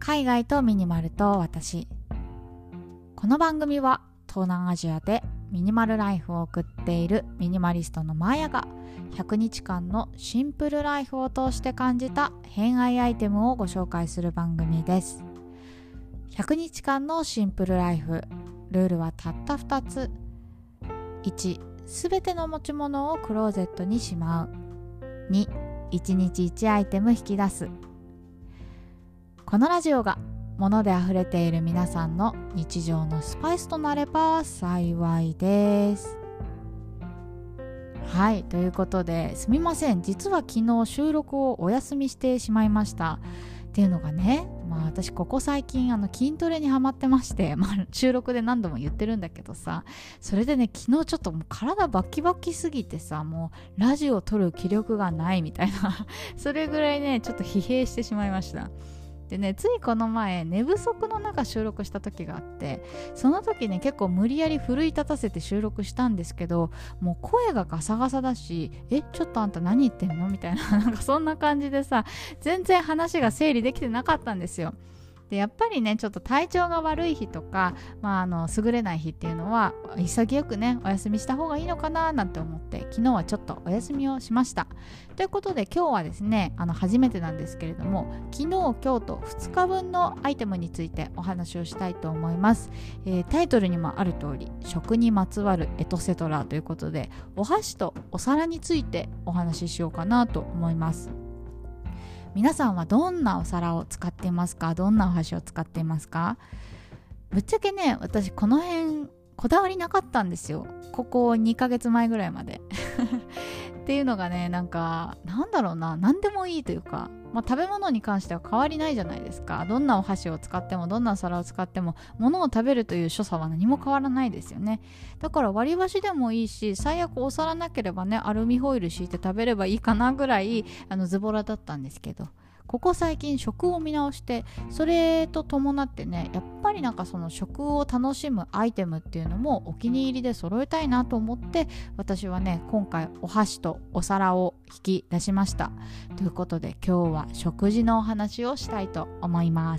海外とミニマルと私。この番組は東南アジアでミニマルライフを送っているミニマリストのマーヤが100日間のシンプルライフを通して感じた偏愛アイテムをご紹介する番組です。100日間のシンプルライフ、ルールはたった2つ。1、すべての持ち物をクローゼットにしまう。2、1日1アイテム引き出す。このラジオが物であふれている皆さんの日常のスパイスとなれば幸いです。はい、ということですみません、実は昨日収録をお休みしてしまいました。っていうのがね、私ここ最近筋トレにハマってまして、収録で何度も言ってるんだけどさ、それでね、昨日ちょっともう体バキバキすぎてさ、もうラジオ撮る気力がないみたいなそれぐらいねちょっと疲弊してしまいました。でね、ついこの前寝不足の中収録した時があって、その時ね結構無理やり奮い立たせて収録したんですけど、もう声がガサガサだし、ちょっとあんた何言ってんのみたいななんかそんな感じでさ、全然話が整理できてなかったんですよ。でやっぱりねちょっと体調が悪い日とか、優れない日っていうのは潔くねお休みした方がいいのかななんて思って、昨日はちょっとお休みをしました。ということで今日はですね初めてなんですけれども、昨日今日と2日分のアイテムについてお話をしたいと思います。タイトルにもある通り、食にまつわるエトセトラということで、お箸とお皿についてお話ししようかなと思います。皆さんはどんなお皿を使っていますか？どんなお箸を使っていますか？ぶっちゃけね、私この辺こだわりなかったんですよ。ここ2ヶ月前ぐらいまでっていうのがね、なんだろうな、何でもいいというか、食べ物に関しては変わりないじゃないですか。どんなお箸を使ってもどんなお皿を使っても物を食べるという所作は何も変わらないですよね。だから割り箸でもいいし、最悪お皿なければねアルミホイル敷いて食べればいいかなぐらいズボラだったんですけど、ここ最近食を見直して、それと伴ってね、やっぱりその食を楽しむアイテムっていうのもお気に入りで揃えたいなと思って、私はね今回お箸とお皿を引き出しました。ということで今日は食事のお話をしたいと思います。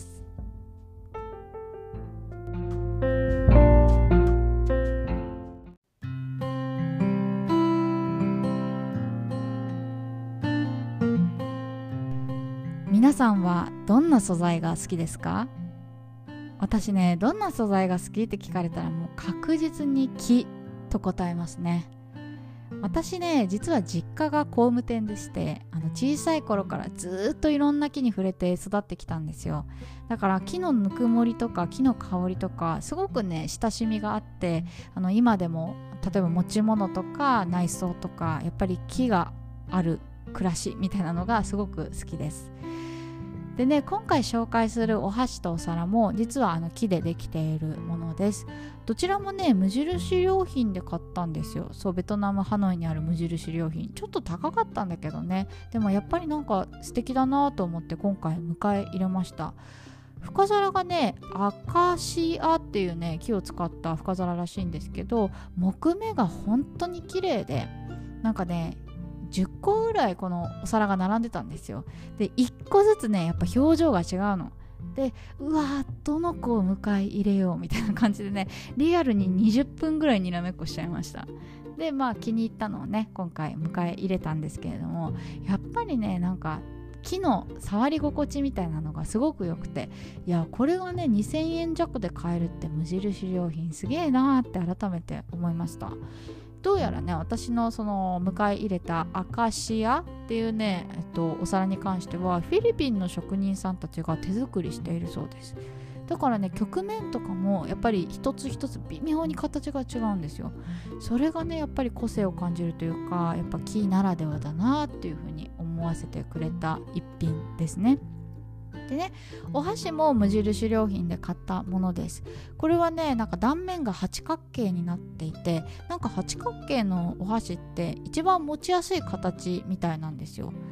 皆さんはどんな素材が好きですか？私ね、どんな素材が好きって聞かれたらもう確実に木と答えますね。私ね、実は実家が工務店でして、小さい頃からずっといろんな木に触れて育ってきたんですよ。だから木のぬくもりとか木の香りとかすごくね親しみがあって、今でも例えば持ち物とか内装とかやっぱり木がある暮らしみたいなのがすごく好きです。でね、今回紹介するお箸とお皿も実は木でできているものです。どちらもね無印良品で買ったんですよ。そう、ベトナムハノイにある無印良品、ちょっと高かったんだけどね、でもやっぱり素敵だなと思って今回迎え入れました。深皿がねアカシアっていうね木を使った深皿らしいんですけど、木目が本当に綺麗で、10個ぐらいこのお皿が並んでたんですよ。で1個ずつねやっぱ表情が違うので、うわーどの子を迎え入れようみたいな感じでね、リアルに20分ぐらいにらめっこしちゃいました。で気に入ったのをね今回迎え入れたんですけれども、やっぱりね木の触り心地みたいなのがすごく良くて、いやこれがね2000円弱で買えるって無印良品すげえなーって改めて思いました。どうやらね、私のその迎え入れたアカシアっていうね、お皿に関してはフィリピンの職人さんたちが手作りしているそうです。だからね、曲面とかもやっぱり一つ一つ微妙に形が違うんですよ。それがねやっぱり個性を感じるというか、やっぱ木ならではだなっていうふうに思わせてくれた一品ですね。でね、お箸も無印良品で買ったものです。これはね断面が八角形になっていて、八角形のお箸って一番持ちやすい形みたいなんですよ。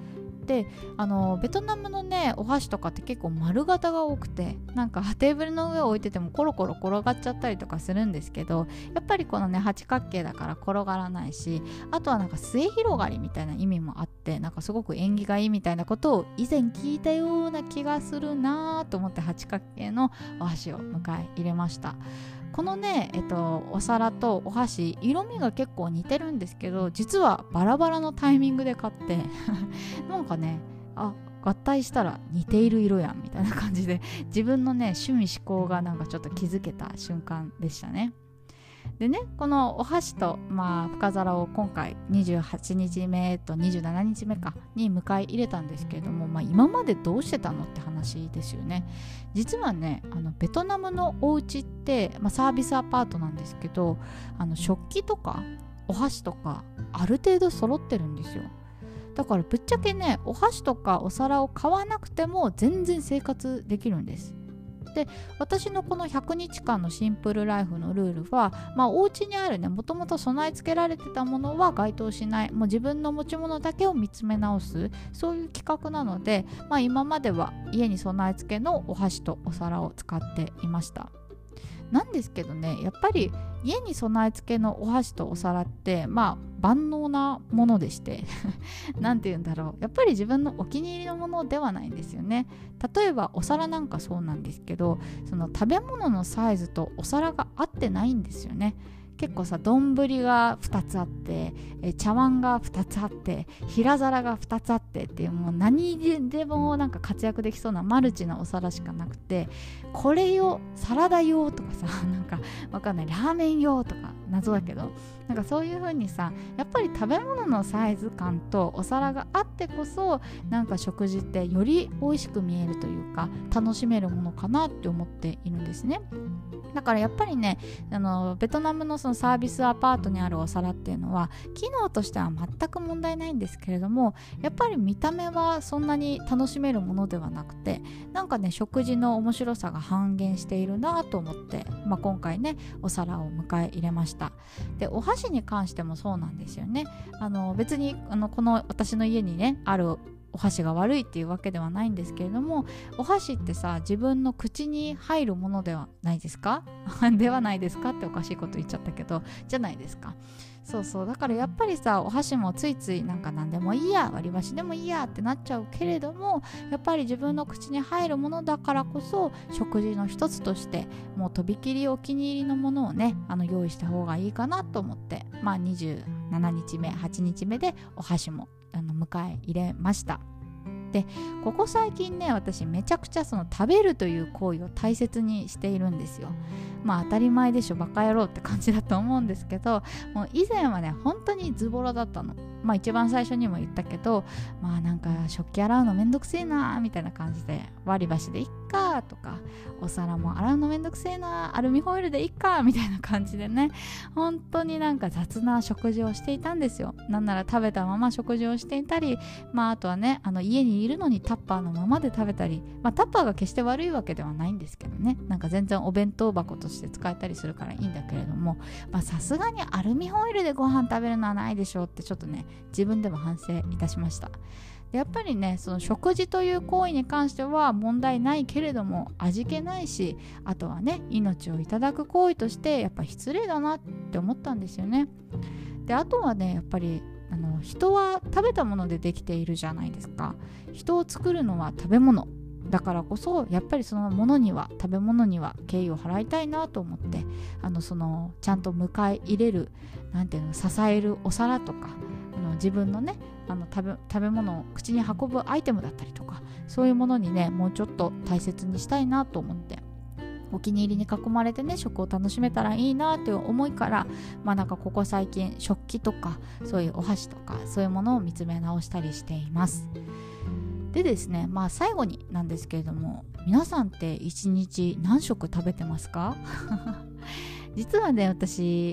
でベトナムのねお箸とかって結構丸型が多くて、なんかテーブルの上を置いててもコロコロ転がっちゃったりとかするんですけど、やっぱりこのね八角形だから転がらないし、あとはなんか末広がりみたいな意味もあって、なんかすごく縁起がいいみたいなことを以前聞いたような気がするなと思って、八角形のお箸を迎え入れました。このね、お皿とお箸色味が結構似てるんですけど、実はバラバラのタイミングで買ってなんかね、合体したら似ている色やんみたいな感じで、自分のね趣味思考がなんかちょっと気づけた瞬間でしたね。でね、このお箸と、深皿を今回28日目と27日目かに迎え入れたんですけれども、今までどうしてたのって話ですよね。実はね、ベトナムのお家って、サービスアパートなんですけど、食器とかお箸とかある程度揃ってるんですよ。だからぶっちゃけね、お箸とかお皿を買わなくても全然生活できるんです。で、私のこの100日間のシンプルライフのルールは、お家にあるね、もともと備え付けられてたものは該当しない、もう自分の持ち物だけを見つめ直す、そういう企画なので、今までは家に備え付けのお箸とお皿を使っていました。なんですけどね、やっぱり家に備え付けのお箸とお皿って万能なものでしてなんて言うんだろう、やっぱり自分のお気に入りのものではないんですよね。例えばお皿なんかそうなんですけど、その食べ物のサイズとお皿が合ってないんですよね。結構さ、丼が2つあって、茶碗が2つあって、平皿が2つあってっていう、もう何でもなんか活躍できそうなマルチなお皿しかなくて、これ用、サラダ用とかさ、なんかわかんない、ラーメン用とか謎だけど、なんかそういう風にさ、やっぱり食べ物のサイズ感とお皿があってこそ、なんか食事ってより美味しく見えるというか、楽しめるものかなって思っているんですね。だからやっぱりね、ベトナムのそのサービスアパートにあるお皿っていうのは機能としては全く問題ないんですけれども、やっぱり見た目はそんなに楽しめるものではなくて、なんかね食事の面白さが半減しているなと思って、今回ねお皿を迎え入れました。で、お箸に関してもそうなんですよね。別にこの私の家にねあるお箸が悪いっていうわけではないんですけれども、お箸ってさ、自分の口に入るものではないですかではないですかっておかしいこと言っちゃったけど、じゃないですか。そうそう、だからやっぱりさ、お箸もついついなんか何でもいいや、割り箸でもいいやってなっちゃうけれども、やっぱり自分の口に入るものだからこそ、食事の一つとしてもうとびきりお気に入りのものをね用意した方がいいかなと思って、27日目8日目でお箸も迎え入れました。で、ここ最近ね、私めちゃくちゃその食べるという行為を大切にしているんですよ。当たり前でしょ、バカ野郎って感じだと思うんですけど、もう以前はね本当にズボラだったの。一番最初にも言ったけど、なんか食器洗うのめんどくせえなみたいな感じで、割り箸でいっかとか、お皿も洗うのめんどくせえな、アルミホイルでいっかみたいな感じでね、本当になんか雑な食事をしていたんですよ。なんなら食べたまま食事をしていたり、あとはね家にいるのにタッパーのままで食べたり、タッパーが決して悪いわけではないんですけどね、なんか全然お弁当箱として使えたりするからいいんだけれども、さすがにアルミホイルでご飯食べるのはないでしょうってちょっとね自分でも反省いたしました。で、やっぱりねその食事という行為に関しては問題ないけれども味気ないし、あとはね命をいただく行為としてやっぱ失礼だなって思ったんですよね。で、あとはねやっぱり人は食べたものでできているじゃないですか。人を作るのは食べ物だからこそ、やっぱりそのものには、食べ物には敬意を払いたいなと思って、ちゃんと迎え入れる、なんていうの、支えるお皿とか、自分のね食べ物を口に運ぶアイテムだったりとか、そういうものにねもうちょっと大切にしたいなと思って、お気に入りに囲まれてね食を楽しめたらいいなという思いから、なんかここ最近食器とかそういうお箸とかそういうものを見つめ直したりしています。でですね、最後になんですけれども、皆さんって1日何食食べてますか実はね、私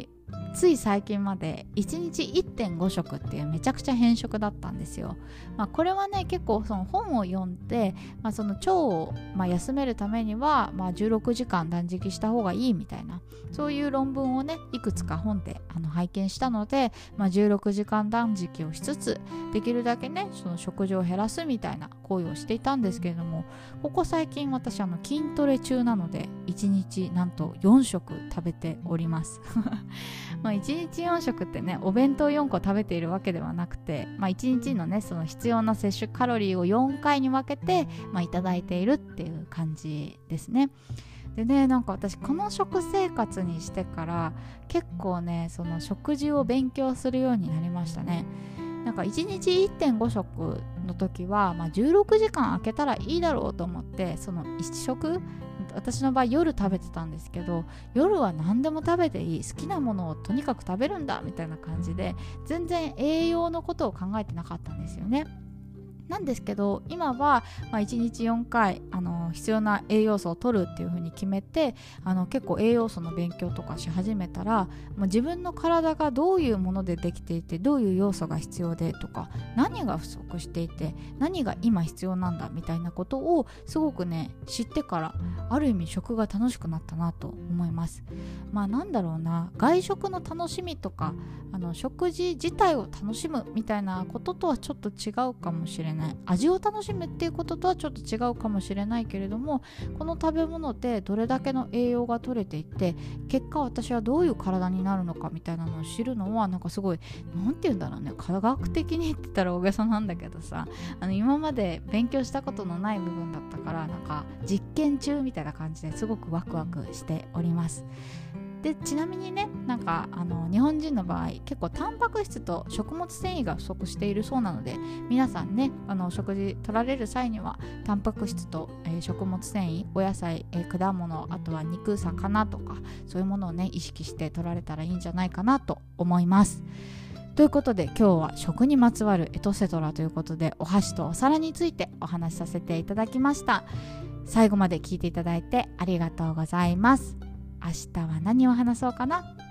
つい最近まで1日 1.5 食っていうめちゃくちゃ偏食だったんですよ。これはね結構その本を読んで、その腸を休めるためには16時間断食した方がいいみたいな、そういう論文をねいくつか本で拝見したので、16時間断食をしつつできるだけねその食事を減らすみたいな行為をしていたんですけれども、ここ最近私筋トレ中なので1日なんと4食食べております1日4食ってねお弁当4個食べているわけではなくて、1日のねその必要な摂取カロリーを4回に分けて、いただいているっていう感じですね。でね、なんか私この食生活にしてから結構ねその食事を勉強するようになりましたね。なんか1日 1.5 食の時は、16時間空けたらいいだろうと思ってその1食、私の場合夜食べてたんですけど、夜は何でも食べていい、好きなものをとにかく食べるんだみたいな感じで全然栄養のことを考えてなかったんですよね。なんですけど今は1日4回必要な栄養素を取るっていう風に決めて結構栄養素の勉強とかし始めたら、自分の体がどういうものでできていてどういう要素が必要でとか何が不足していて何が今必要なんだみたいなことをすごくね知ってからある意味食が楽しくなったなと思います。なんだろうな、外食の楽しみとか食事自体を楽しむみたいなこととはちょっと違うかもしれない、味を楽しむっていうこととはちょっと違うかもしれないけれども、この食べ物でどれだけの栄養が取れていて結果私はどういう体になるのかみたいなのを知るのはなんかすごいなんて言うんだろうね、科学的にって言ったら大げさなんだけどさ、今まで勉強したことのない部分だったからなんか実験中みたいな感じですごくワクワクしております。でちなみにね、なんか日本人の場合結構タンパク質と食物繊維が不足しているそうなので、皆さんね食事取られる際にはタンパク質と、食物繊維、お野菜、果物、あとは肉、魚とかそういうものをね意識して取られたらいいんじゃないかなと思います。ということで今日は食にまつわるエトセトラということでお箸とお皿についてお話しさせていただきました。最後まで聞いていただいてありがとうございます。明日は何を話そうかな。